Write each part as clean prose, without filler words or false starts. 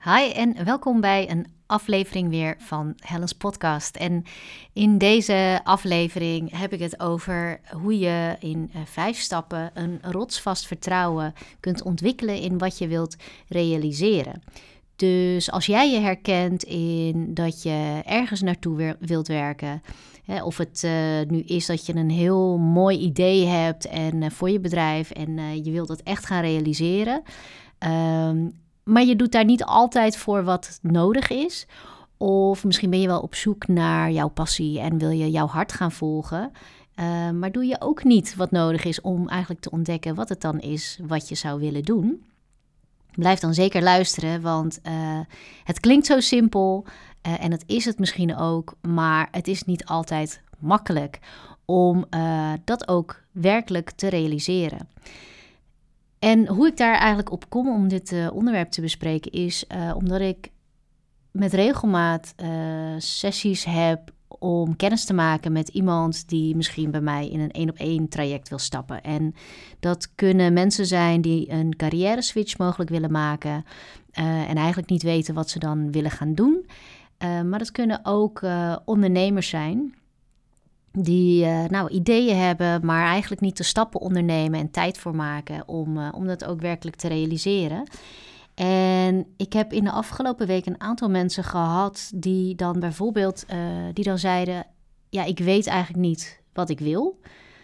Hi en welkom bij een aflevering weer van Helen's podcast. En in deze aflevering heb ik het over hoe je in 5 stappen een rotsvast vertrouwen kunt ontwikkelen in wat je wilt realiseren. Dus als jij je herkent in dat je ergens naartoe wilt werken, of het nu is dat je een heel mooi idee hebt voor je bedrijf en je wilt dat echt gaan realiseren, maar je doet daar niet altijd voor wat nodig is. Of misschien ben je wel op zoek naar jouw passie en wil je jouw hart gaan volgen. Maar doe je ook niet wat nodig is om eigenlijk te ontdekken wat het dan is wat je zou willen doen. Blijf dan zeker luisteren, want het klinkt zo simpel en dat is het misschien ook. Maar het is niet altijd makkelijk om dat ook werkelijk te realiseren. En hoe ik daar eigenlijk op kom om dit onderwerp te bespreken is omdat ik met regelmaat sessies heb om kennis te maken met iemand die misschien bij mij in een 1-op-1 traject wil stappen. En dat kunnen mensen zijn die een carrière switch mogelijk willen maken en eigenlijk niet weten wat ze dan willen gaan doen. Maar dat kunnen ook ondernemers zijn die ideeën hebben, maar eigenlijk niet de stappen ondernemen en tijd voor maken om dat ook werkelijk te realiseren. En ik heb in de afgelopen week een aantal mensen gehad die dan bijvoorbeeld die dan zeiden, ja, ik weet eigenlijk niet wat ik wil.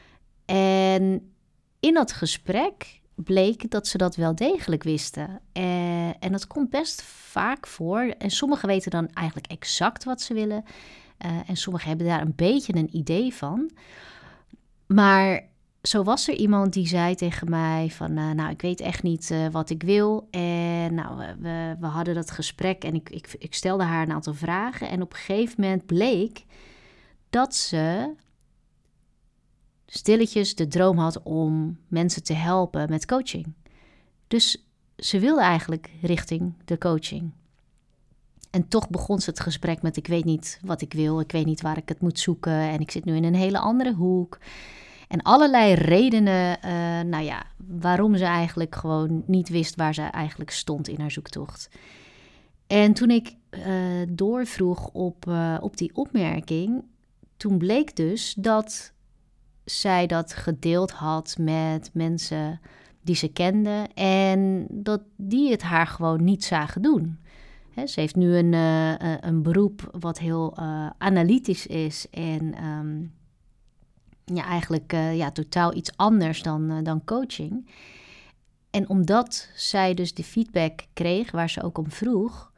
En in dat gesprek bleek dat ze dat wel degelijk wisten. En dat komt best vaak voor. En sommigen weten dan eigenlijk exact wat ze willen. En sommigen hebben daar een beetje een idee van. Maar zo was er iemand die zei tegen mij van, ik weet echt niet wat ik wil. En we hadden dat gesprek en ik stelde haar een aantal vragen. En op een gegeven moment bleek dat ze stilletjes de droom had om mensen te helpen met coaching. Dus ze wilde eigenlijk richting de coaching. En toch begon ze het gesprek met, ik weet niet wat ik wil, ik weet niet waar ik het moet zoeken en ik zit nu in een hele andere hoek. En allerlei redenen, waarom ze eigenlijk gewoon niet wist waar ze eigenlijk stond in haar zoektocht. En toen ik doorvroeg op die opmerking, toen bleek dus dat zij dat gedeeld had met mensen die ze kende en dat die het haar gewoon niet zagen doen. Ze heeft nu een beroep wat heel analytisch is en eigenlijk totaal iets anders dan coaching. En omdat zij dus de feedback kreeg waar ze ook om vroeg,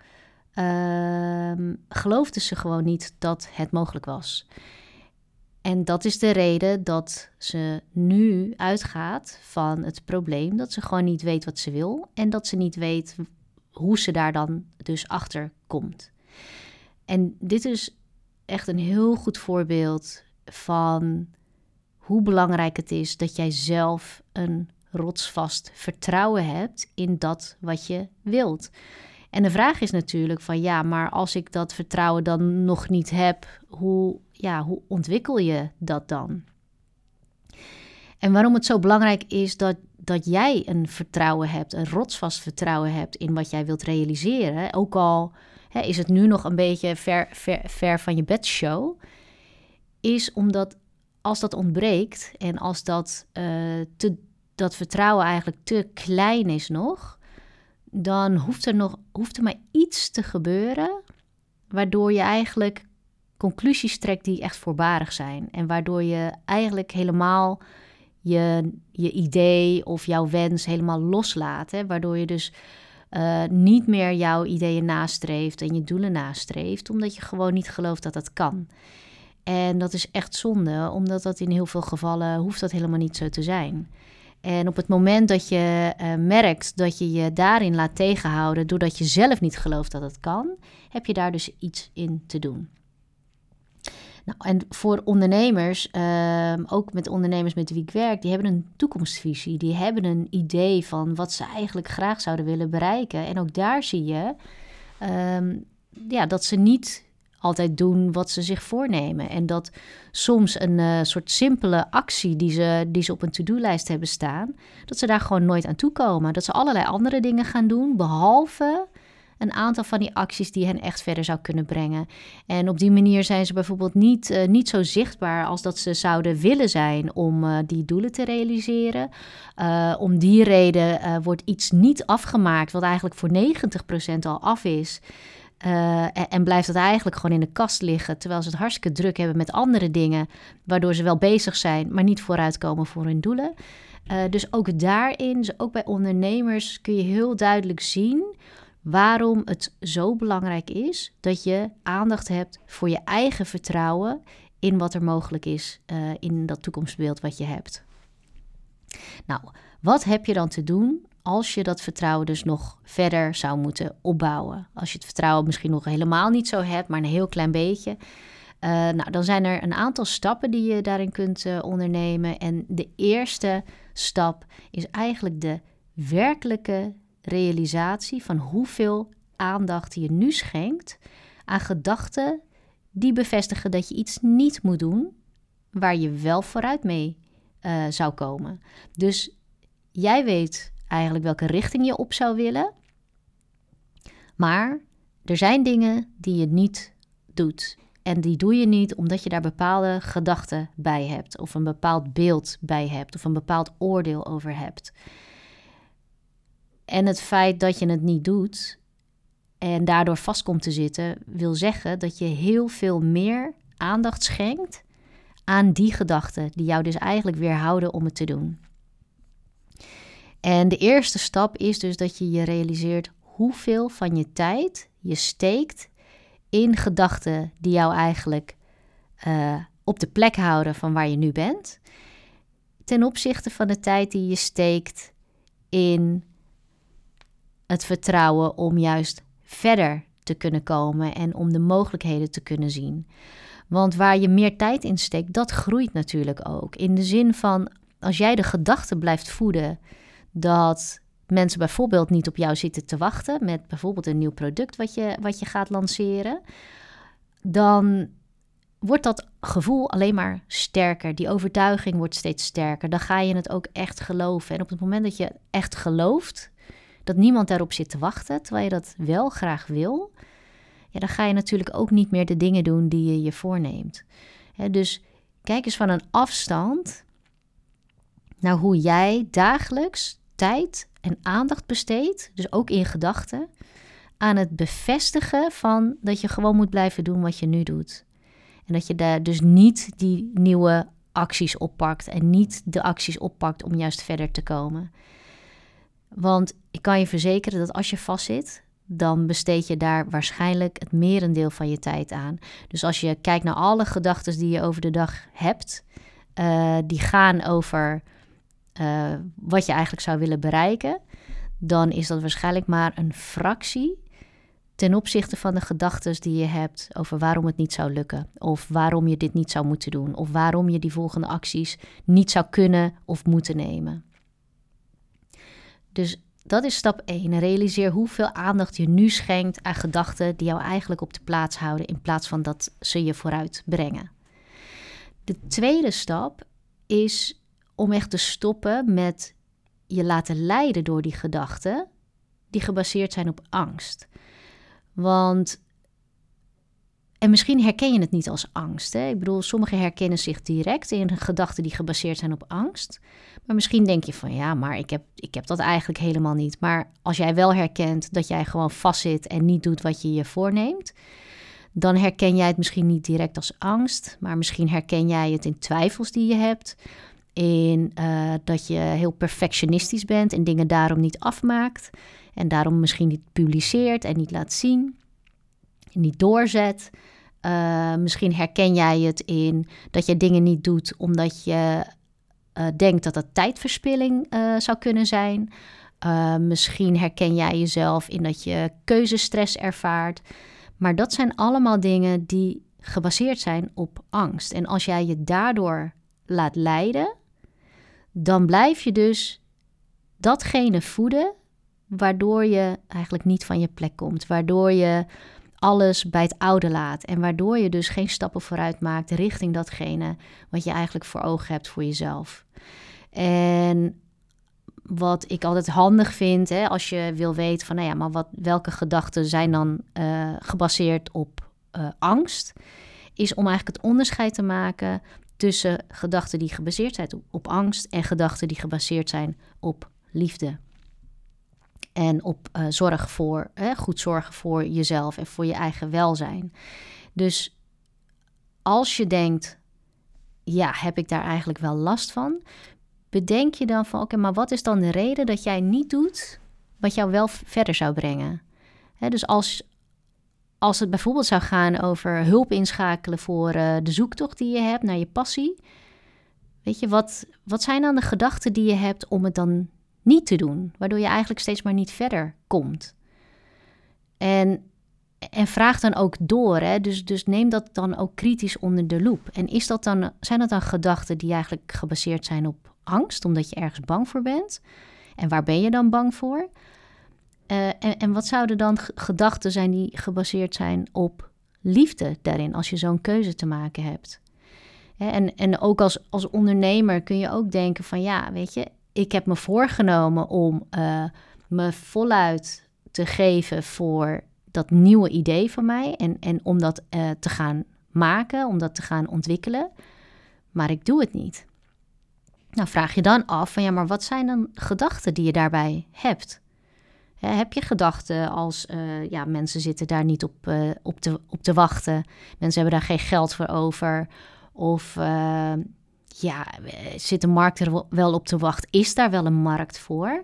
geloofde ze gewoon niet dat het mogelijk was. En dat is de reden dat ze nu uitgaat van het probleem dat ze gewoon niet weet wat ze wil en dat ze niet weet hoe ze daar dan dus achter komt. En dit is echt een heel goed voorbeeld van hoe belangrijk het is dat jij zelf een rotsvast vertrouwen hebt in dat wat je wilt. En de vraag is natuurlijk van maar als ik dat vertrouwen dan nog niet heb, hoe ontwikkel je dat dan? En waarom het zo belangrijk is dat jij een vertrouwen hebt, een rotsvast vertrouwen hebt in wat jij wilt realiseren, ook al is het nu nog een beetje ver van je bedshow, is omdat als dat ontbreekt en als dat vertrouwen eigenlijk te klein is nog, dan hoeft er maar iets te gebeuren waardoor je eigenlijk conclusies trekt die echt voorbarig zijn. En waardoor je eigenlijk helemaal je idee of jouw wens helemaal loslaat. Waardoor je dus niet meer jouw ideeën nastreeft en je doelen nastreeft, omdat je gewoon niet gelooft dat dat kan. En dat is echt zonde, omdat dat in heel veel gevallen hoeft dat helemaal niet zo te zijn. En op het moment dat je merkt dat je je daarin laat tegenhouden doordat je zelf niet gelooft dat het kan, heb je daar dus iets in te doen. Nou, en voor ondernemers, ook met ondernemers met wie ik werk, die hebben een toekomstvisie. Die hebben een idee van wat ze eigenlijk graag zouden willen bereiken. En ook daar zie je dat ze niet altijd doen wat ze zich voornemen. En dat soms een soort simpele actie die ze op een to-do-lijst hebben staan, dat ze daar gewoon nooit aan toekomen. Dat ze allerlei andere dingen gaan doen, behalve een aantal van die acties die hen echt verder zou kunnen brengen. En op die manier zijn ze bijvoorbeeld niet zo zichtbaar als dat ze zouden willen zijn om die doelen te realiseren. Om die reden wordt iets niet afgemaakt wat eigenlijk voor 90% al af is. En blijft het eigenlijk gewoon in de kast liggen, terwijl ze het hartstikke druk hebben met andere dingen, waardoor ze wel bezig zijn, maar niet vooruitkomen voor hun doelen. Dus ook daarin, dus ook bij ondernemers, kun je heel duidelijk zien waarom het zo belangrijk is dat je aandacht hebt voor je eigen vertrouwen in wat er mogelijk is in dat toekomstbeeld wat je hebt. Nou, wat heb je dan te doen als je dat vertrouwen dus nog verder zou moeten opbouwen? Als je het vertrouwen misschien nog helemaal niet zo hebt, maar een heel klein beetje. Dan zijn er een aantal stappen die je daarin kunt ondernemen. En de eerste stap is eigenlijk de werkelijke realisatie van hoeveel aandacht je nu schenkt aan gedachten die bevestigen dat je iets niet moet doen waar je wel vooruit mee zou komen. Dus jij weet eigenlijk welke richting je op zou willen, maar er zijn dingen die je niet doet. En die doe je niet omdat je daar bepaalde gedachten bij hebt, of een bepaald beeld bij hebt, of een bepaald oordeel over hebt. En het feit dat je het niet doet en daardoor vast komt te zitten, wil zeggen dat je heel veel meer aandacht schenkt aan die gedachten die jou dus eigenlijk weerhouden om het te doen. En de eerste stap is dus dat je je realiseert hoeveel van je tijd je steekt in gedachten die jou eigenlijk op de plek houden van waar je nu bent, ten opzichte van de tijd die je steekt in het vertrouwen om juist verder te kunnen komen en om de mogelijkheden te kunnen zien. Want waar je meer tijd in steekt, dat groeit natuurlijk ook. In de zin van, als jij de gedachte blijft voeden dat mensen bijvoorbeeld niet op jou zitten te wachten met bijvoorbeeld een nieuw product wat je gaat lanceren, dan wordt dat gevoel alleen maar sterker. Die overtuiging wordt steeds sterker. Dan ga je het ook echt geloven. En op het moment dat je echt gelooft dat niemand daarop zit te wachten, terwijl je dat wel graag wil, ja, dan ga je natuurlijk ook niet meer de dingen doen die je je voorneemt. Dus kijk eens van een afstand naar hoe jij dagelijks tijd en aandacht besteedt, dus ook in gedachten, aan het bevestigen van dat je gewoon moet blijven doen wat je nu doet. En dat je daar dus niet die nieuwe acties oppakt en niet de acties oppakt om juist verder te komen. Want ik kan je verzekeren dat als je vastzit, dan besteed je daar waarschijnlijk het merendeel van je tijd aan. Dus als je kijkt naar alle gedachten die je over de dag hebt, die gaan over wat je eigenlijk zou willen bereiken, dan is dat waarschijnlijk maar een fractie ten opzichte van de gedachten die je hebt over waarom het niet zou lukken, of waarom je dit niet zou moeten doen, of waarom je die volgende acties niet zou kunnen of moeten nemen. Dus dat is stap 1. Realiseer hoeveel aandacht je nu schenkt aan gedachten die jou eigenlijk op de plaats houden, in plaats van dat ze je vooruit brengen. De tweede stap is om echt te stoppen met je laten leiden door die gedachten die gebaseerd zijn op angst. En misschien herken je het niet als angst. Hè? Ik bedoel, sommigen herkennen zich direct in gedachten die gebaseerd zijn op angst. Maar misschien denk je van ja, maar ik heb dat eigenlijk helemaal niet. Maar als jij wel herkent dat jij gewoon vastzit en niet doet wat je je voorneemt, dan herken jij het misschien niet direct als angst. Maar misschien herken jij het in twijfels die je hebt. In dat je heel perfectionistisch bent en dingen daarom niet afmaakt. En daarom misschien niet publiceert en niet laat zien. Niet doorzet. Misschien herken jij het in dat je dingen niet doet omdat je denkt dat dat tijdverspilling zou kunnen zijn. Misschien herken jij jezelf in dat je keuzestress ervaart. Maar dat zijn allemaal dingen die gebaseerd zijn op angst. En als jij je daardoor laat leiden, dan blijf je dus datgene voeden waardoor je eigenlijk niet van je plek komt. Waardoor je alles bij het oude laat. En waardoor je dus geen stappen vooruit maakt richting datgene wat je eigenlijk voor ogen hebt voor jezelf. En wat ik altijd handig vind, hè, als je wil weten van, nou ja, maar welke gedachten zijn dan gebaseerd op angst, is om eigenlijk het onderscheid te maken tussen gedachten die gebaseerd zijn op angst en gedachten die gebaseerd zijn op liefde. En op goed zorgen voor jezelf en voor je eigen welzijn. Dus als je denkt, ja, heb ik daar eigenlijk wel last van? Bedenk je dan van, oké, maar wat is dan de reden dat jij niet doet wat jou wel verder zou brengen? Dus als het bijvoorbeeld zou gaan over hulp inschakelen voor de zoektocht die je hebt naar je passie. Weet je, wat zijn dan de gedachten die je hebt om het dan niet te doen? Waardoor je eigenlijk steeds maar niet verder komt. En vraag dan ook door. Hè? Dus neem dat dan ook kritisch onder de loep. En zijn dat dan gedachten die eigenlijk gebaseerd zijn op angst, omdat je ergens bang voor bent? En waar ben je dan bang voor? En wat zouden dan gedachten zijn die gebaseerd zijn op liefde daarin, als je zo'n keuze te maken hebt? En ook als ondernemer kun je ook denken van, ja, weet je, ik heb me voorgenomen om me voluit te geven voor dat nieuwe idee van mij en om dat te gaan maken, om dat te gaan ontwikkelen, maar ik doe het niet. Nou, vraag je dan af van, ja, maar wat zijn dan gedachten die je daarbij hebt? Heb je gedachten als, mensen zitten daar niet op te wachten. Mensen hebben daar geen geld voor over. Of, zit de markt er wel op te wachten? Is daar wel een markt voor?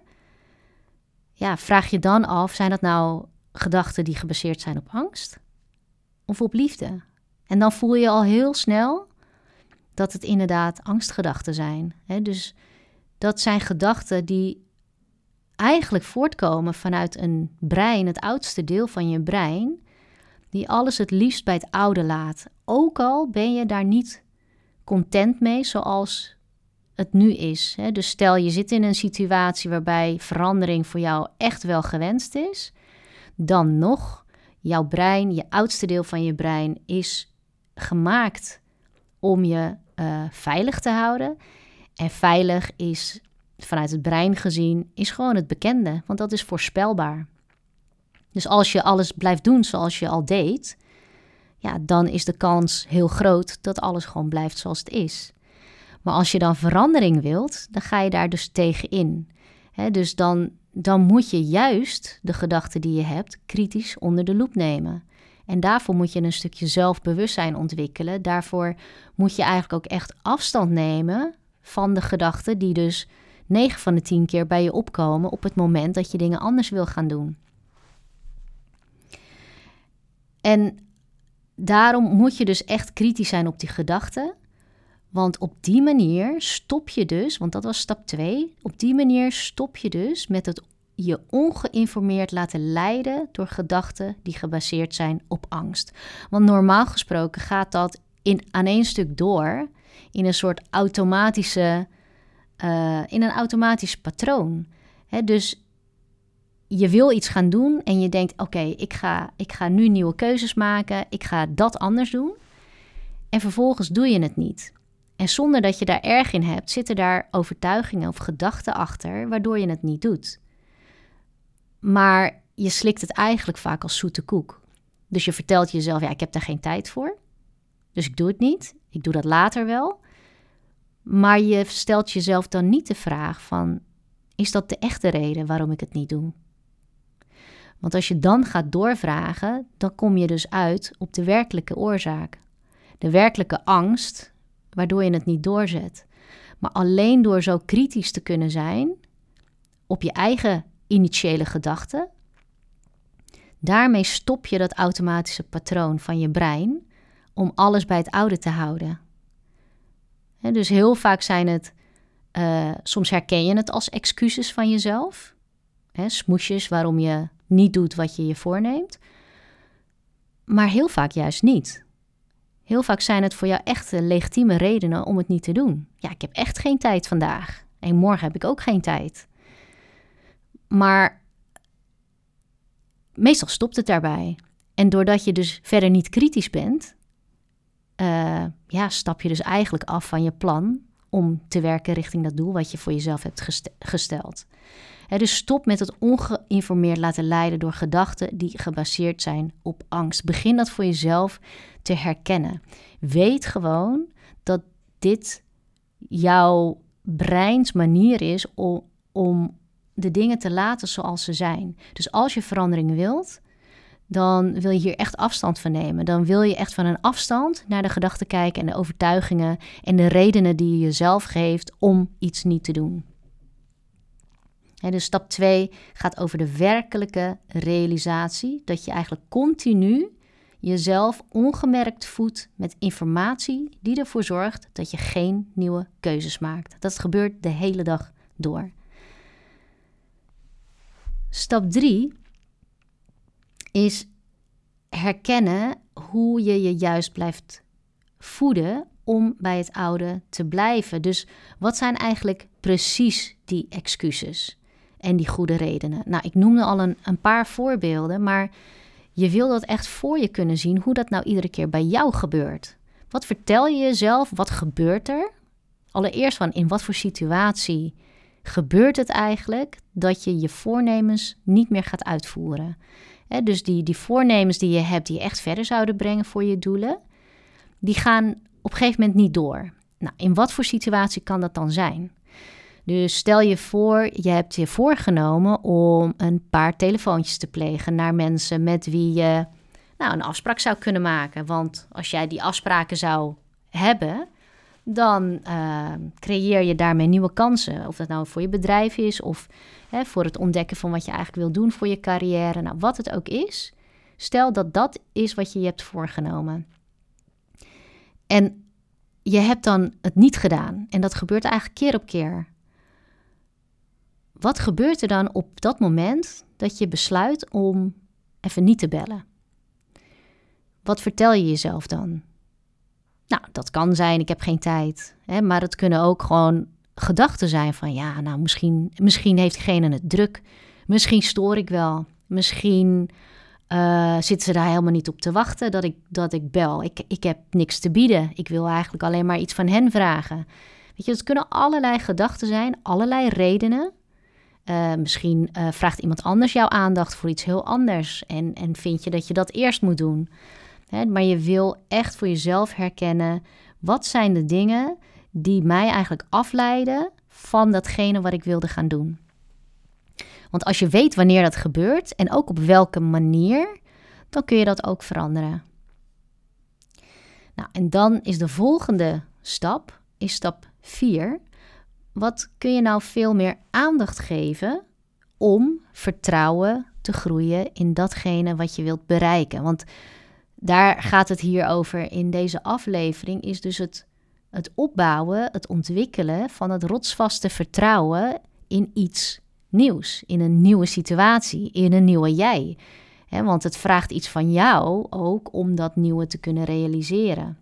Ja, vraag je dan af, zijn dat nou gedachten die gebaseerd zijn op angst? Of op liefde? En dan voel je al heel snel dat het inderdaad angstgedachten zijn. Dus dat zijn gedachten die eigenlijk voortkomen vanuit een brein, het oudste deel van je brein, die alles het liefst bij het oude laat. Ook al ben je daar niet content mee zoals het nu is. Dus stel je zit in een situatie waarbij verandering voor jou echt wel gewenst is, dan nog, jouw brein, je oudste deel van je brein is gemaakt om je veilig te houden. En veilig is, vanuit het brein gezien, is gewoon het bekende, want dat is voorspelbaar. Dus als je alles blijft doen zoals je al deed, ja, dan is de kans heel groot dat alles gewoon blijft zoals het is. Maar als je dan verandering wilt, dan ga je daar dus tegen in. Dus dan moet je juist de gedachten die je hebt kritisch onder de loep nemen. En daarvoor moet je een stukje zelfbewustzijn ontwikkelen. Daarvoor moet je eigenlijk ook echt afstand nemen van de gedachten die dus 9 van de 10 keer bij je opkomen op het moment dat je dingen anders wil gaan doen. En daarom moet je dus echt kritisch zijn op die gedachten. Want op die manier stop je dus, want dat was stap 2... op die manier stop je dus met het je ongeïnformeerd laten leiden door gedachten die gebaseerd zijn op angst. Want normaal gesproken gaat dat aan één stuk door in een soort automatisch patroon. Dus je wil iets gaan doen en je denkt, oké, ik ga nu nieuwe keuzes maken, ik ga dat anders doen. En vervolgens doe je het niet. En zonder dat je daar erg in hebt, zitten daar overtuigingen of gedachten achter, waardoor je het niet doet. Maar je slikt het eigenlijk vaak als zoete koek. Dus je vertelt jezelf, ja, ik heb daar geen tijd voor. Dus ik doe het niet. Ik doe dat later wel. Maar je stelt jezelf dan niet de vraag van, is dat de echte reden waarom ik het niet doe? Want als je dan gaat doorvragen, dan kom je dus uit op de werkelijke oorzaak. De werkelijke angst, waardoor je het niet doorzet. Maar alleen door zo kritisch te kunnen zijn op je eigen initiële gedachten, daarmee stop je dat automatische patroon van je brein om alles bij het oude te houden. Dus heel vaak zijn het, soms herken je het als excuses van jezelf. Smoesjes waarom je niet doet wat je je voorneemt. Maar heel vaak juist niet. Heel vaak zijn het voor jou echt legitieme redenen om het niet te doen. Ja, ik heb echt geen tijd vandaag. En morgen heb ik ook geen tijd. Maar meestal stopt het daarbij. En doordat je dus verder niet kritisch bent, stap je dus eigenlijk af van je plan om te werken richting dat doel wat je voor jezelf hebt gesteld. Dus stop met het ongeïnformeerd laten leiden door gedachten die gebaseerd zijn op angst. Begin dat voor jezelf te herkennen. Weet gewoon dat dit jouw breins manier is om de dingen te laten zoals ze zijn. Dus als je verandering wilt, dan wil je hier echt afstand van nemen. Dan wil je echt van een afstand naar de gedachten kijken en de overtuigingen en de redenen die je jezelf geeft om iets niet te doen. Dus stap 2 gaat over de werkelijke realisatie. Dat je eigenlijk continu jezelf ongemerkt voedt met informatie die ervoor zorgt dat je geen nieuwe keuzes maakt. Dat gebeurt de hele dag door. Stap 3 is herkennen hoe je je juist blijft voeden om bij het oude te blijven. Dus wat zijn eigenlijk precies die excuses en die goede redenen? Nou, ik noemde al een paar voorbeelden, maar je wil dat echt voor je kunnen zien hoe dat nou iedere keer bij jou gebeurt. Wat vertel je jezelf? Wat gebeurt er? Allereerst van in wat voor situatie gebeurt het eigenlijk dat je je voornemens niet meer gaat uitvoeren? Dus die voornemens die je hebt, die je echt verder zouden brengen voor je doelen, die gaan op een gegeven moment niet door. Nou, in wat voor situatie kan dat dan zijn? Dus stel je voor, je hebt je voorgenomen om een paar telefoontjes te plegen naar mensen met wie je een afspraak zou kunnen maken. Want als jij die afspraken zou hebben, dan creëer je daarmee nieuwe kansen. Of dat nou voor je bedrijf is of voor het ontdekken van wat je eigenlijk wil doen voor je carrière. Nou, wat het ook is, stel dat dat is wat je hebt voorgenomen. En je hebt dan het niet gedaan. En dat gebeurt eigenlijk keer op keer. Wat gebeurt er dan op dat moment dat je besluit om even niet te bellen? Wat vertel je jezelf dan? Nou, dat kan zijn, ik heb geen tijd. Maar het kunnen ook gewoon gedachten zijn van misschien heeft diegene het druk. Misschien stoor ik wel. Misschien zitten ze daar helemaal niet op te wachten dat ik bel. Ik heb niks te bieden. Ik wil eigenlijk alleen maar iets van hen vragen. Weet je, het kunnen allerlei gedachten zijn, allerlei redenen. Misschien vraagt iemand anders jouw aandacht voor iets heel anders. En vind je dat je dat eerst moet doen. Maar je wil echt voor jezelf herkennen, wat zijn de dingen die mij eigenlijk afleiden van datgene wat ik wilde gaan doen. Want als je weet wanneer dat gebeurt en ook op welke manier, dan kun je dat ook veranderen. Nou, en dan is de volgende stap, is stap 4. Wat kun je nou veel meer aandacht geven om vertrouwen te groeien in datgene wat je wilt bereiken? Want daar gaat het hier over in deze aflevering, is dus het opbouwen, het ontwikkelen van het rotsvaste vertrouwen in iets nieuws, in een nieuwe situatie, in een nieuwe jij. Want het vraagt iets van jou ook om dat nieuwe te kunnen realiseren.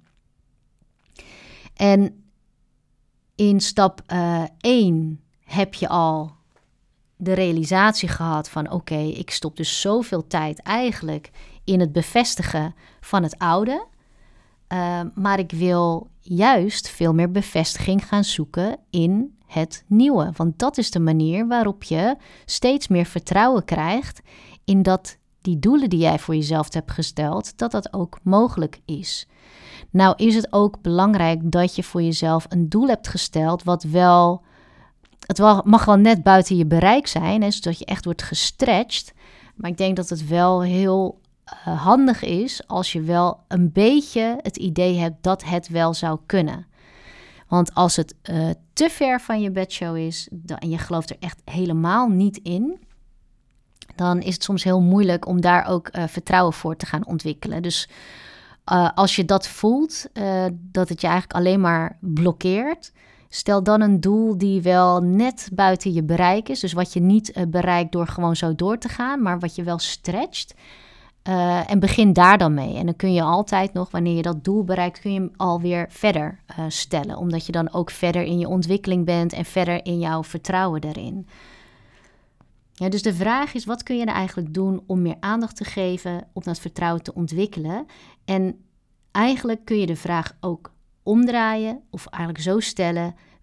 En in stap 1 heb je al de realisatie gehad van oké, ik stop dus zoveel tijd eigenlijk in het bevestigen van het oude. Maar ik wil juist veel meer bevestiging gaan zoeken in het nieuwe. Want dat is de manier waarop je steeds meer vertrouwen krijgt in dat die doelen die jij voor jezelf hebt gesteld, dat dat ook mogelijk is. Nou is het ook belangrijk dat je voor jezelf een doel hebt gesteld wat wel, mag wel net buiten je bereik zijn, zodat je echt wordt gestretched. Maar ik denk dat het wel heel handig is als je wel een beetje het idee hebt dat het wel zou kunnen. Want als het te ver van je bedshow is en je gelooft er echt helemaal niet in, dan is het soms heel moeilijk om daar ook vertrouwen voor te gaan ontwikkelen. Dus als je dat voelt, dat het je eigenlijk alleen maar blokkeert, stel dan een doel die wel net buiten je bereik is. Dus wat je niet bereikt door gewoon zo door te gaan, maar wat je wel stretcht. En begin daar dan mee. En dan kun je altijd nog, wanneer je dat doel bereikt, kun je hem alweer verder stellen. Omdat je dan ook verder in je ontwikkeling bent en verder in jouw vertrouwen daarin. Ja, dus de vraag is, wat kun je er eigenlijk doen om meer aandacht te geven, om dat vertrouwen te ontwikkelen? En eigenlijk kun je de vraag ook omdraaien of eigenlijk zo stellen,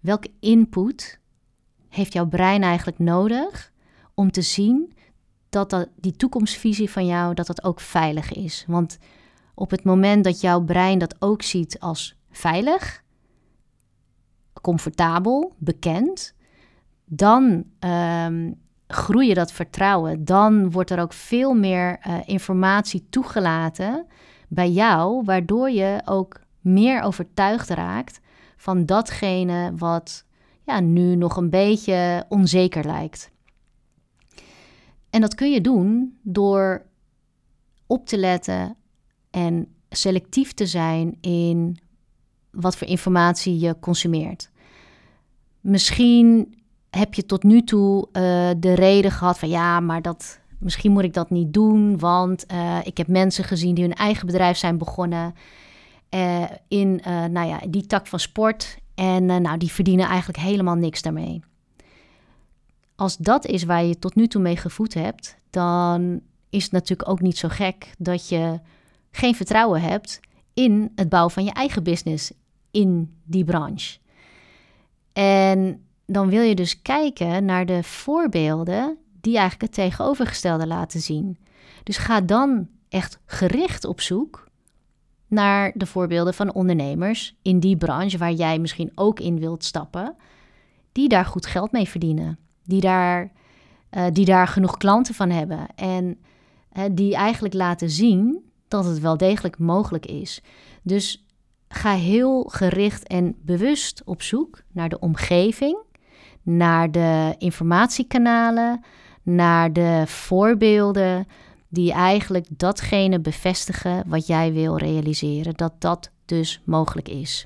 welke input heeft jouw brein eigenlijk nodig om te zien dat die toekomstvisie van jou, dat dat ook veilig is. Want op het moment dat jouw brein dat ook ziet als veilig, comfortabel, bekend, dan groei je dat vertrouwen. Dan wordt er ook veel meer informatie toegelaten bij jou, waardoor je ook meer overtuigd raakt van datgene wat nu nog een beetje onzeker lijkt. En dat kun je doen door op te letten en selectief te zijn in wat voor informatie je consumeert. Misschien heb je tot nu toe de reden gehad van maar misschien moet ik dat niet doen, want ik heb mensen gezien die hun eigen bedrijf zijn begonnen in die tak van sport en die verdienen eigenlijk helemaal niks daarmee. Als dat is waar je tot nu toe mee gevoed hebt, dan is het natuurlijk ook niet zo gek dat je geen vertrouwen hebt in het bouwen van je eigen business in die branche. En dan wil je dus kijken naar de voorbeelden die eigenlijk het tegenovergestelde laten zien. Dus ga dan echt gericht op zoek naar de voorbeelden van ondernemers in die branche waar jij misschien ook in wilt stappen, die daar goed geld mee verdienen, die daar genoeg klanten van hebben en die eigenlijk laten zien dat het wel degelijk mogelijk is. Dus ga heel gericht en bewust op zoek naar de omgeving, naar de informatiekanalen, naar de voorbeelden die eigenlijk datgene bevestigen wat jij wil realiseren, dat dat dus mogelijk is.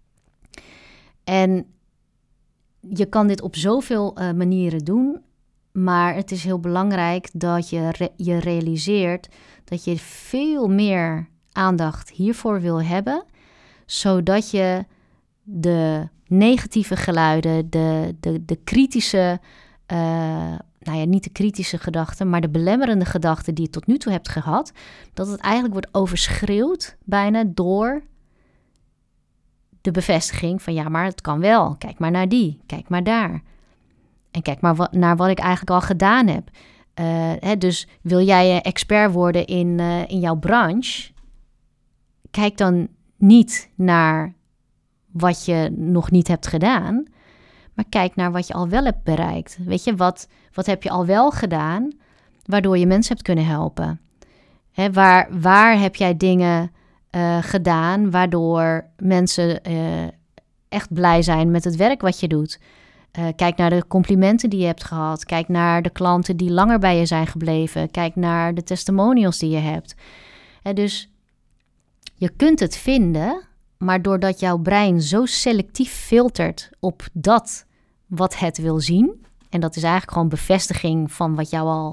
En je kan dit op zoveel manieren doen, maar het is heel belangrijk dat je realiseert dat je veel meer aandacht hiervoor wil hebben, zodat je de negatieve geluiden, de kritische, niet de kritische gedachten, maar de belemmerende gedachten die je tot nu toe hebt gehad, dat het eigenlijk wordt overschreeuwd bijna door de bevestiging van maar het kan wel. Kijk maar naar die, kijk maar daar. En kijk maar naar wat ik eigenlijk al gedaan heb. Dus wil jij expert worden in jouw branche, kijk dan niet naar wat je nog niet hebt gedaan, maar kijk naar wat je al wel hebt bereikt. Weet je, wat heb je al wel gedaan, waardoor je mensen hebt kunnen helpen? Waar heb jij dingen gedaan, waardoor mensen echt blij zijn met het werk wat je doet? Kijk naar de complimenten die je hebt gehad. Kijk naar de klanten die langer bij je zijn gebleven. Kijk naar de testimonials die je hebt. Dus je kunt het vinden, maar doordat jouw brein zo selectief filtert op dat wat het wil zien, en dat is eigenlijk gewoon bevestiging van wat jou al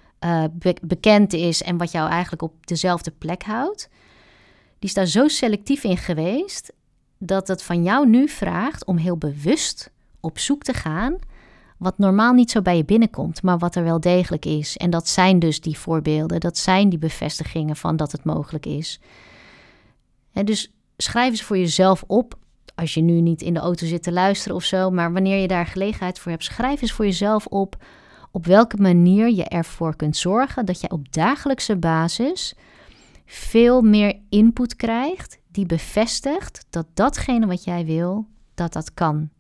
bekend is en wat jou eigenlijk op dezelfde plek houdt, die is daar zo selectief in geweest dat het van jou nu vraagt om heel bewust op zoek te gaan wat normaal niet zo bij je binnenkomt, maar wat er wel degelijk is. En dat zijn dus die voorbeelden, dat zijn die bevestigingen van dat het mogelijk is. En dus schrijf eens voor jezelf op, als je nu niet in de auto zit te luisteren of zo, maar wanneer je daar gelegenheid voor hebt, schrijf eens voor jezelf op welke manier je ervoor kunt zorgen dat je op dagelijkse basis veel meer input krijgt die bevestigt dat datgene wat jij wil, dat kan.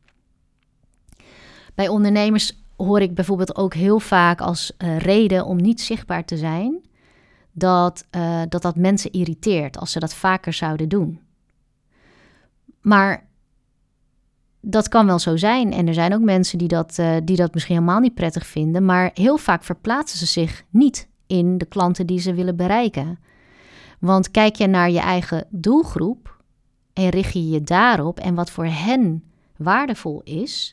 Bij ondernemers hoor ik bijvoorbeeld ook heel vaak als reden om niet zichtbaar te zijn, dat mensen irriteert als ze dat vaker zouden doen. Maar dat kan wel zo zijn. En er zijn ook mensen die dat misschien helemaal niet prettig vinden, maar heel vaak verplaatsen ze zich niet in de klanten die ze willen bereiken. Want kijk je naar je eigen doelgroep en richt je je daarop en wat voor hen waardevol is,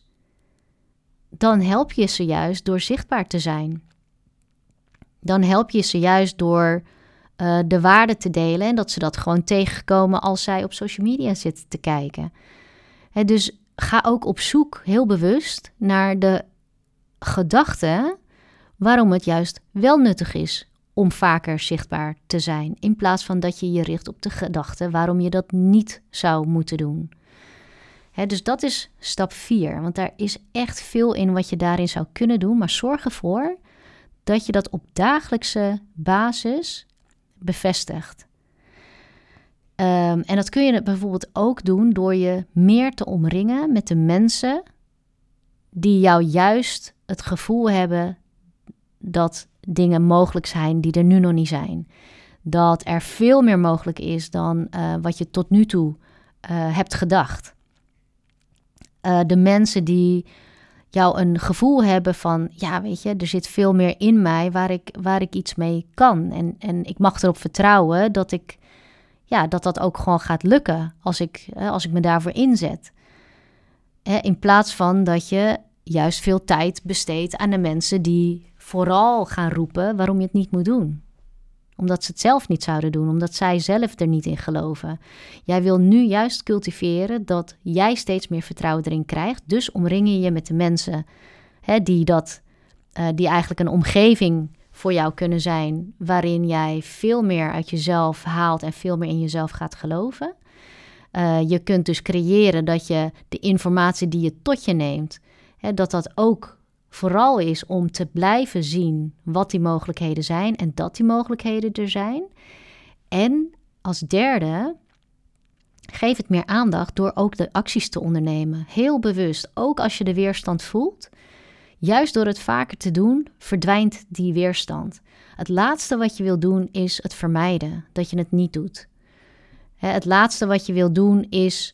dan help je ze juist door zichtbaar te zijn. Dan help je ze juist door de waarde te delen en dat ze dat gewoon tegenkomen als zij op social media zitten te kijken. Dus ga ook op zoek, heel bewust, naar de gedachten waarom het juist wel nuttig is om vaker zichtbaar te zijn, in plaats van dat je je richt op de gedachten waarom je dat niet zou moeten doen. Dus dat is stap 4. Want daar is echt veel in wat je daarin zou kunnen doen. Maar zorg ervoor dat je dat op dagelijkse basis bevestigt. En dat kun je bijvoorbeeld ook doen door je meer te omringen met de mensen die jou juist het gevoel hebben dat dingen mogelijk zijn die er nu nog niet zijn. Dat er veel meer mogelijk is dan wat je tot nu toe hebt gedacht. De mensen die jou een gevoel hebben van, ja, weet je, er zit veel meer in mij waar ik iets mee kan. En ik mag erop vertrouwen dat dat ook gewoon gaat lukken als ik me daarvoor inzet. In plaats van dat je juist veel tijd besteedt aan de mensen die vooral gaan roepen waarom je het niet moet doen. Omdat ze het zelf niet zouden doen, omdat zij zelf er niet in geloven. Jij wil nu juist cultiveren dat jij steeds meer vertrouwen erin krijgt. Dus omring je je met de mensen die eigenlijk een omgeving voor jou kunnen zijn, waarin jij veel meer uit jezelf haalt en veel meer in jezelf gaat geloven. Je kunt dus creëren dat je de informatie die je tot je neemt, dat ook vooral is om te blijven zien wat die mogelijkheden zijn en dat die mogelijkheden er zijn. En als derde, geef het meer aandacht door ook de acties te ondernemen. Heel bewust, ook als je de weerstand voelt. Juist door het vaker te doen, verdwijnt die weerstand. Het laatste wat je wil doen is het vermijden, dat je het niet doet. Het laatste wat je wil doen is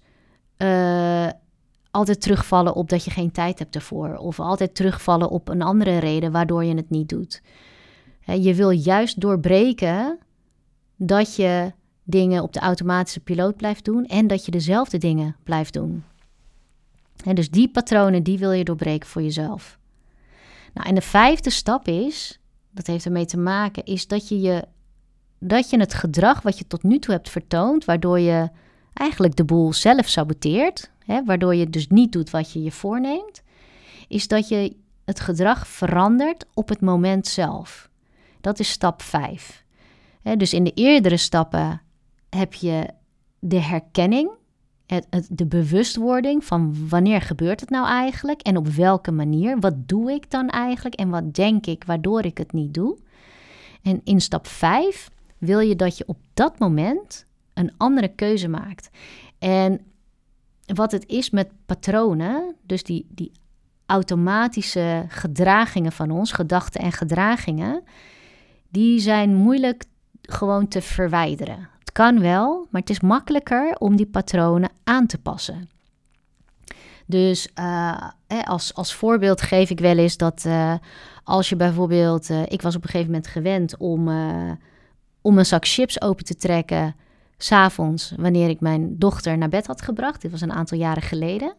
altijd terugvallen op dat je geen tijd hebt ervoor. Of altijd terugvallen op een andere reden waardoor je het niet doet. Je wil juist doorbreken dat je dingen op de automatische piloot blijft doen en dat je dezelfde dingen blijft doen. Dus die patronen, die wil je doorbreken voor jezelf. Nou, en de 5e stap is, dat heeft ermee te maken, is dat je het gedrag wat je tot nu toe hebt vertoond, waardoor je eigenlijk de boel zelf saboteert, waardoor je dus niet doet wat je je voorneemt, is dat je het gedrag verandert op het moment zelf. Dat is stap 5. Dus in de eerdere stappen heb je de herkenning, de bewustwording van wanneer gebeurt het nou eigenlijk en op welke manier. Wat doe ik dan eigenlijk en wat denk ik waardoor ik het niet doe. En in stap 5 wil je dat je op dat moment een andere keuze maakt. En wat het is met patronen, dus die automatische gedragingen van ons, gedachten en gedragingen, die zijn moeilijk gewoon te verwijderen. Het kan wel, maar het is makkelijker om die patronen aan te passen. Dus als voorbeeld geef ik wel eens dat als je bijvoorbeeld, ik was op een gegeven moment gewend om een zak chips open te trekken 's avonds wanneer ik mijn dochter naar bed had gebracht. Dit was een aantal jaren geleden.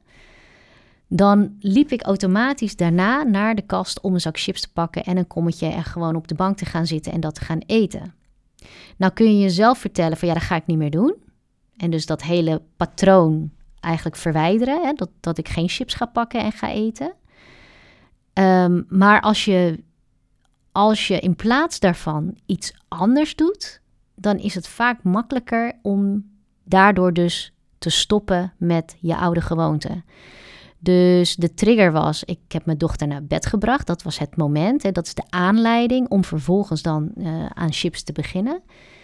Dan liep ik automatisch daarna naar de kast om een zak chips te pakken en een kommetje en gewoon op de bank te gaan zitten en dat te gaan eten. Nou kun je jezelf vertellen van ja, dat ga ik niet meer doen. En dus dat hele patroon eigenlijk verwijderen, dat ik geen chips ga pakken en ga eten. Maar als je in plaats daarvan iets anders doet, dan is het vaak makkelijker om daardoor dus te stoppen met je oude gewoonte. Dus de trigger was, ik heb mijn dochter naar bed gebracht. Dat was het moment. Dat is de aanleiding om vervolgens dan aan chips te beginnen.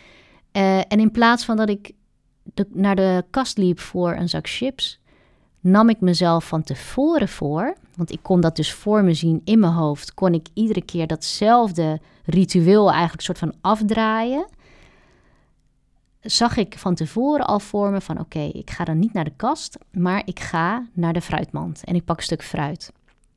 En in plaats van dat ik naar de kast liep voor een zak chips, nam ik mezelf van tevoren voor. Want ik kon dat dus voor me zien in mijn hoofd. Kon ik iedere keer datzelfde ritueel eigenlijk soort van afdraaien. Zag ik van tevoren al voor me van oké, ik ga dan niet naar de kast, maar ik ga naar de fruitmand en ik pak een stuk fruit.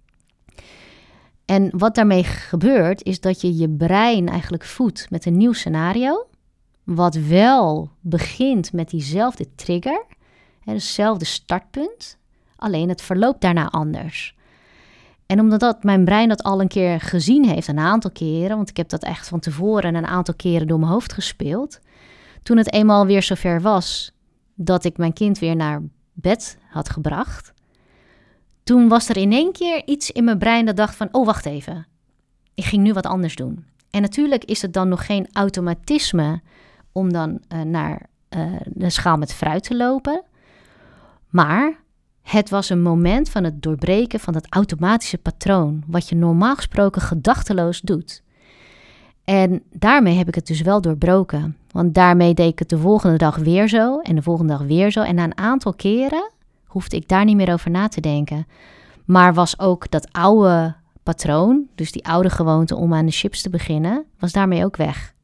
En wat daarmee gebeurt is dat je je brein eigenlijk voedt met een nieuw scenario, wat wel begint met diezelfde trigger, hetzelfde startpunt, alleen het verloopt daarna anders. En omdat mijn brein dat al een keer gezien heeft, een aantal keren, want ik heb dat echt van tevoren een aantal keren door mijn hoofd gespeeld. Toen het eenmaal weer zover was dat ik mijn kind weer naar bed had gebracht, toen was er in één keer iets in mijn brein dat dacht van, oh wacht even, ik ging nu wat anders doen. En natuurlijk is het dan nog geen automatisme om dan naar de schaal met fruit te lopen, maar Het was een moment van het doorbreken van dat automatische patroon, wat je normaal gesproken gedachteloos doet. En daarmee heb ik het dus wel doorbroken. Want daarmee deed ik het de volgende dag weer zo en de volgende dag weer zo. En na een aantal keren hoefde ik daar niet meer over na te denken. Maar was ook dat oude patroon, dus die oude gewoonte om aan de chips te beginnen, was daarmee ook weg.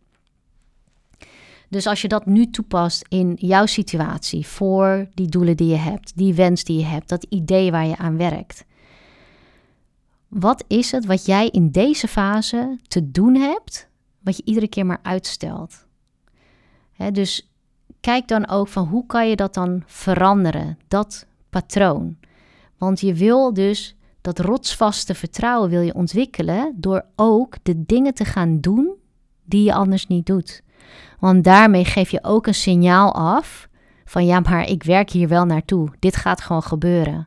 Dus als je dat nu toepast in jouw situatie, voor die doelen die je hebt, die wens die je hebt, dat idee waar je aan werkt. Wat is het wat jij in deze fase te doen hebt, wat je iedere keer maar uitstelt? Dus kijk dan ook van hoe kan je dat dan veranderen, dat patroon. Want je wil dus dat rotsvaste vertrouwen wil je ontwikkelen door ook de dingen te gaan doen die je anders niet doet. Want daarmee geef je ook een signaal af van ja, maar ik werk hier wel naartoe. Dit gaat gewoon gebeuren.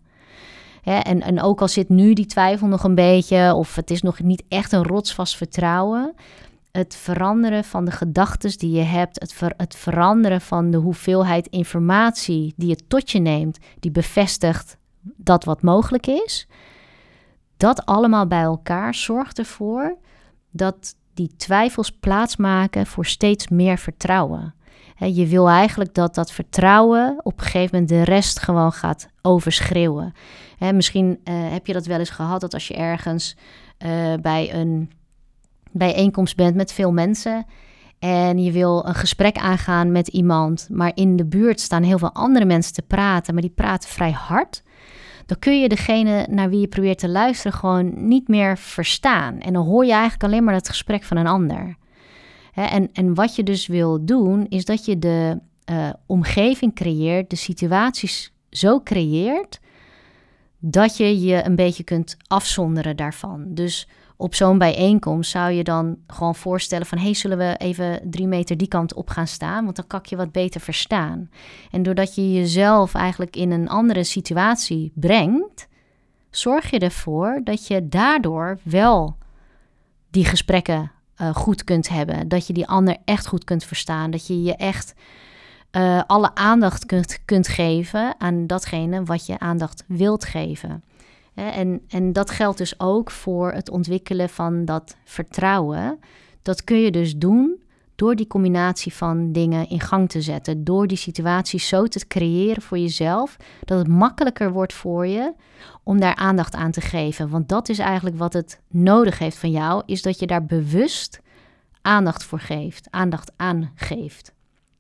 En ook al zit nu die twijfel nog een beetje of het is nog niet echt een rotsvast vertrouwen. Het veranderen van de gedachten die je hebt, het veranderen van de hoeveelheid informatie die je tot je neemt, die bevestigt dat wat mogelijk is. Dat allemaal bij elkaar zorgt ervoor dat die twijfels plaatsmaken voor steeds meer vertrouwen. Je wil eigenlijk dat vertrouwen op een gegeven moment de rest gewoon gaat overschreeuwen. Misschien heb je dat wel eens gehad, dat als je ergens bij een bijeenkomst bent met veel mensen en je wil een gesprek aangaan met iemand, maar in de buurt staan heel veel andere mensen te praten, maar die praten vrij hard, dan kun je degene naar wie je probeert te luisteren gewoon niet meer verstaan. En dan hoor je eigenlijk alleen maar het gesprek van een ander. En wat je dus wil doen, is dat je de omgeving creëert, de situaties zo creëert, dat je je een beetje kunt afzonderen daarvan. Dus op zo'n bijeenkomst zou je dan gewoon voorstellen van, hey, zullen we even 3 meter die kant op gaan staan? Want dan kan ik je wat beter verstaan. En doordat je jezelf eigenlijk in een andere situatie brengt, zorg je ervoor dat je daardoor wel die gesprekken goed kunt hebben. Dat je die ander echt goed kunt verstaan. Dat je je echt alle aandacht kunt geven aan datgene wat je aandacht wilt geven. En dat geldt dus ook voor het ontwikkelen van dat vertrouwen. Dat kun je dus doen door die combinatie van dingen in gang te zetten. Door die situaties zo te creëren voor jezelf, dat het makkelijker wordt voor je om daar aandacht aan te geven. Want dat is eigenlijk wat het nodig heeft van jou, is dat je daar bewust aandacht voor geeft, aandacht aan geeft.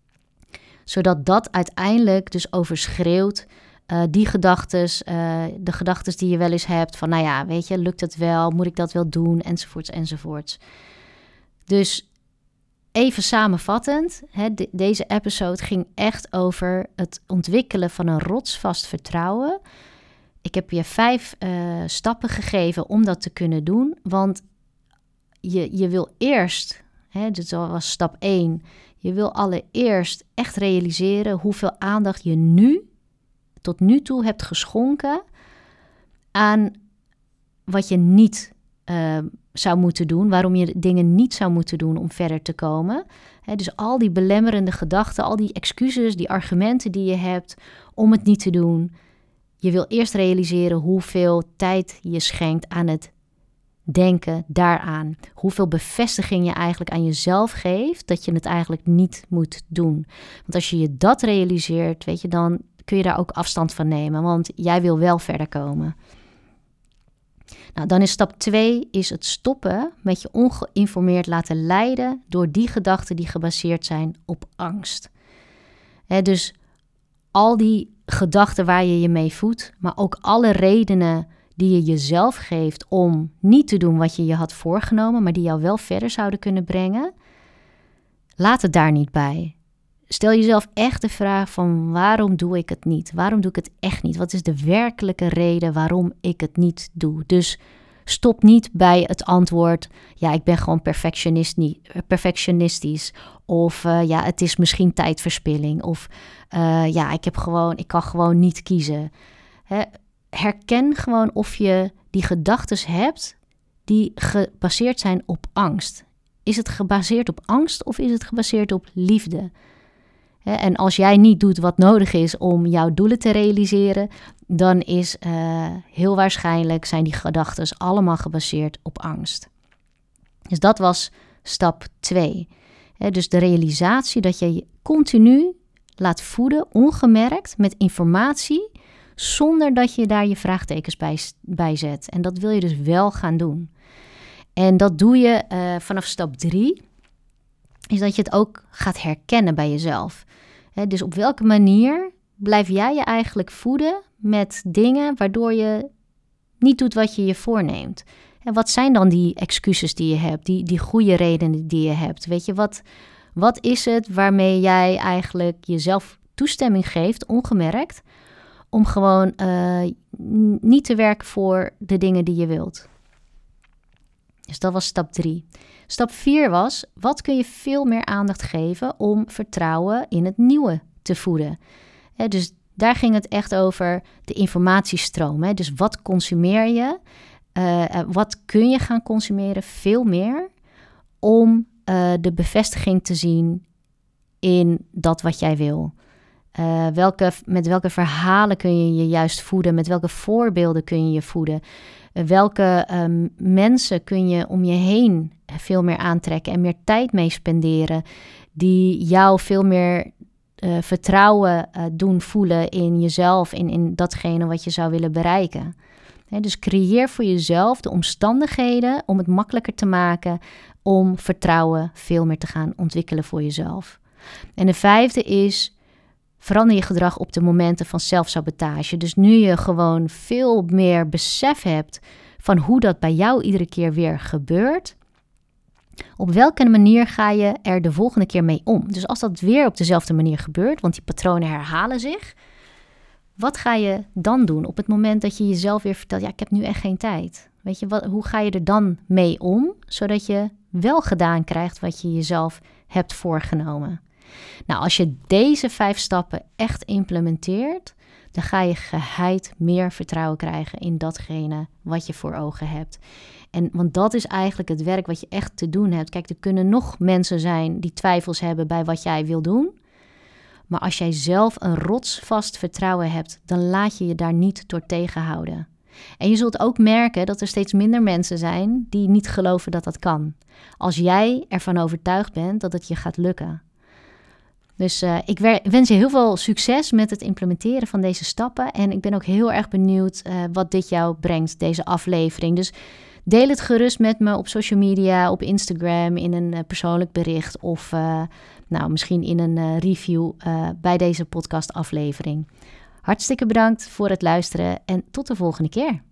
Zodat dat uiteindelijk dus overschreeuwt die gedachtes, de gedachtes die je wel eens hebt van, nou ja, weet je, lukt het wel, moet ik dat wel doen, enzovoorts, enzovoorts. Dus even samenvattend, deze episode ging echt over het ontwikkelen van een rotsvast vertrouwen. Ik heb je 5 stappen gegeven om dat te kunnen doen, want je wil eerst, dit was stap 1, je wil allereerst echt realiseren hoeveel aandacht je tot nu toe hebt geschonken aan wat je niet zou moeten doen, waarom je dingen niet zou moeten doen om verder te komen. Dus al die belemmerende gedachten, al die excuses, die argumenten die je hebt om het niet te doen. Je wil eerst realiseren hoeveel tijd je schenkt aan het denken daaraan. Hoeveel bevestiging je eigenlijk aan jezelf geeft dat je het eigenlijk niet moet doen. Want als je dat realiseert, weet je, dan kun je daar ook afstand van nemen, want jij wil wel verder komen. Nou, dan is stap 2 is het stoppen met je ongeïnformeerd laten leiden door die gedachten die gebaseerd zijn op angst. Dus al die gedachten waar je je mee voedt, maar ook alle redenen die je jezelf geeft om niet te doen wat je je had voorgenomen, maar die jou wel verder zouden kunnen brengen, laat het daar niet bij. Stel jezelf echt de vraag van waarom doe ik het niet? Waarom doe ik het echt niet? Wat is de werkelijke reden waarom ik het niet doe? Dus stop niet bij het antwoord, ja, ik ben gewoon perfectionistisch. Of ja, het is misschien tijdverspilling. Of ja, ik kan gewoon niet kiezen. Herken gewoon of je die gedachten hebt die gebaseerd zijn op angst. Is het gebaseerd op angst of is het gebaseerd op liefde? En als jij niet doet wat nodig is om jouw doelen te realiseren, dan is heel waarschijnlijk zijn die gedachten allemaal gebaseerd op angst. Dus dat was stap 2. Dus de realisatie dat je je continu laat voeden, ongemerkt, met informatie, zonder dat je daar je vraagtekens bij zet. En dat wil je dus wel gaan doen. En dat doe je vanaf stap 3, is dat je het ook gaat herkennen bij jezelf. Dus op welke manier blijf jij je eigenlijk voeden met dingen waardoor je niet doet wat je je voorneemt? En wat zijn dan die excuses die je hebt, die goede redenen die je hebt? Weet je, wat is het waarmee jij eigenlijk jezelf toestemming geeft, ongemerkt, om gewoon niet te werken voor de dingen die je wilt? Dus dat was stap 3. Stap 4 was, wat kun je veel meer aandacht geven om vertrouwen in het nieuwe te voeden? Dus daar ging het echt over de informatiestroom. Dus wat consumeer je? Wat kun je gaan consumeren? Veel meer om de bevestiging te zien in dat wat jij wil. Met welke verhalen kun je je juist voeden? Met welke voorbeelden kun je je voeden? Welke mensen kun je om je heen veel meer aantrekken en meer tijd mee spenderen, die jou veel meer vertrouwen doen voelen in jezelf, in datgene wat je zou willen bereiken. Dus creëer voor jezelf de omstandigheden om het makkelijker te maken om vertrouwen veel meer te gaan ontwikkelen voor jezelf. En de 5e is, verander je gedrag op de momenten van zelfsabotage. Dus nu je gewoon veel meer besef hebt van hoe dat bij jou iedere keer weer gebeurt, op welke manier ga je er de volgende keer mee om? Dus als dat weer op dezelfde manier gebeurt, want die patronen herhalen zich, wat ga je dan doen op het moment dat je jezelf weer vertelt, ja, ik heb nu echt geen tijd. Weet je, hoe ga je er dan mee om, zodat je wel gedaan krijgt wat je jezelf hebt voorgenomen? Nou, als je deze 5 stappen echt implementeert, dan ga je geheid meer vertrouwen krijgen in datgene wat je voor ogen hebt. Want dat is eigenlijk het werk wat je echt te doen hebt. Kijk, er kunnen nog mensen zijn die twijfels hebben bij wat jij wil doen. Maar als jij zelf een rotsvast vertrouwen hebt, dan laat je je daar niet door tegenhouden. En je zult ook merken dat er steeds minder mensen zijn die niet geloven dat dat kan. Als jij ervan overtuigd bent dat het je gaat lukken. Dus ik wens je heel veel succes met het implementeren van deze stappen. En ik ben ook heel erg benieuwd wat dit jou brengt, deze aflevering. Dus deel het gerust met me op social media, op Instagram, in een persoonlijk bericht of misschien in een review bij deze podcastaflevering. Hartstikke bedankt voor het luisteren en tot de volgende keer.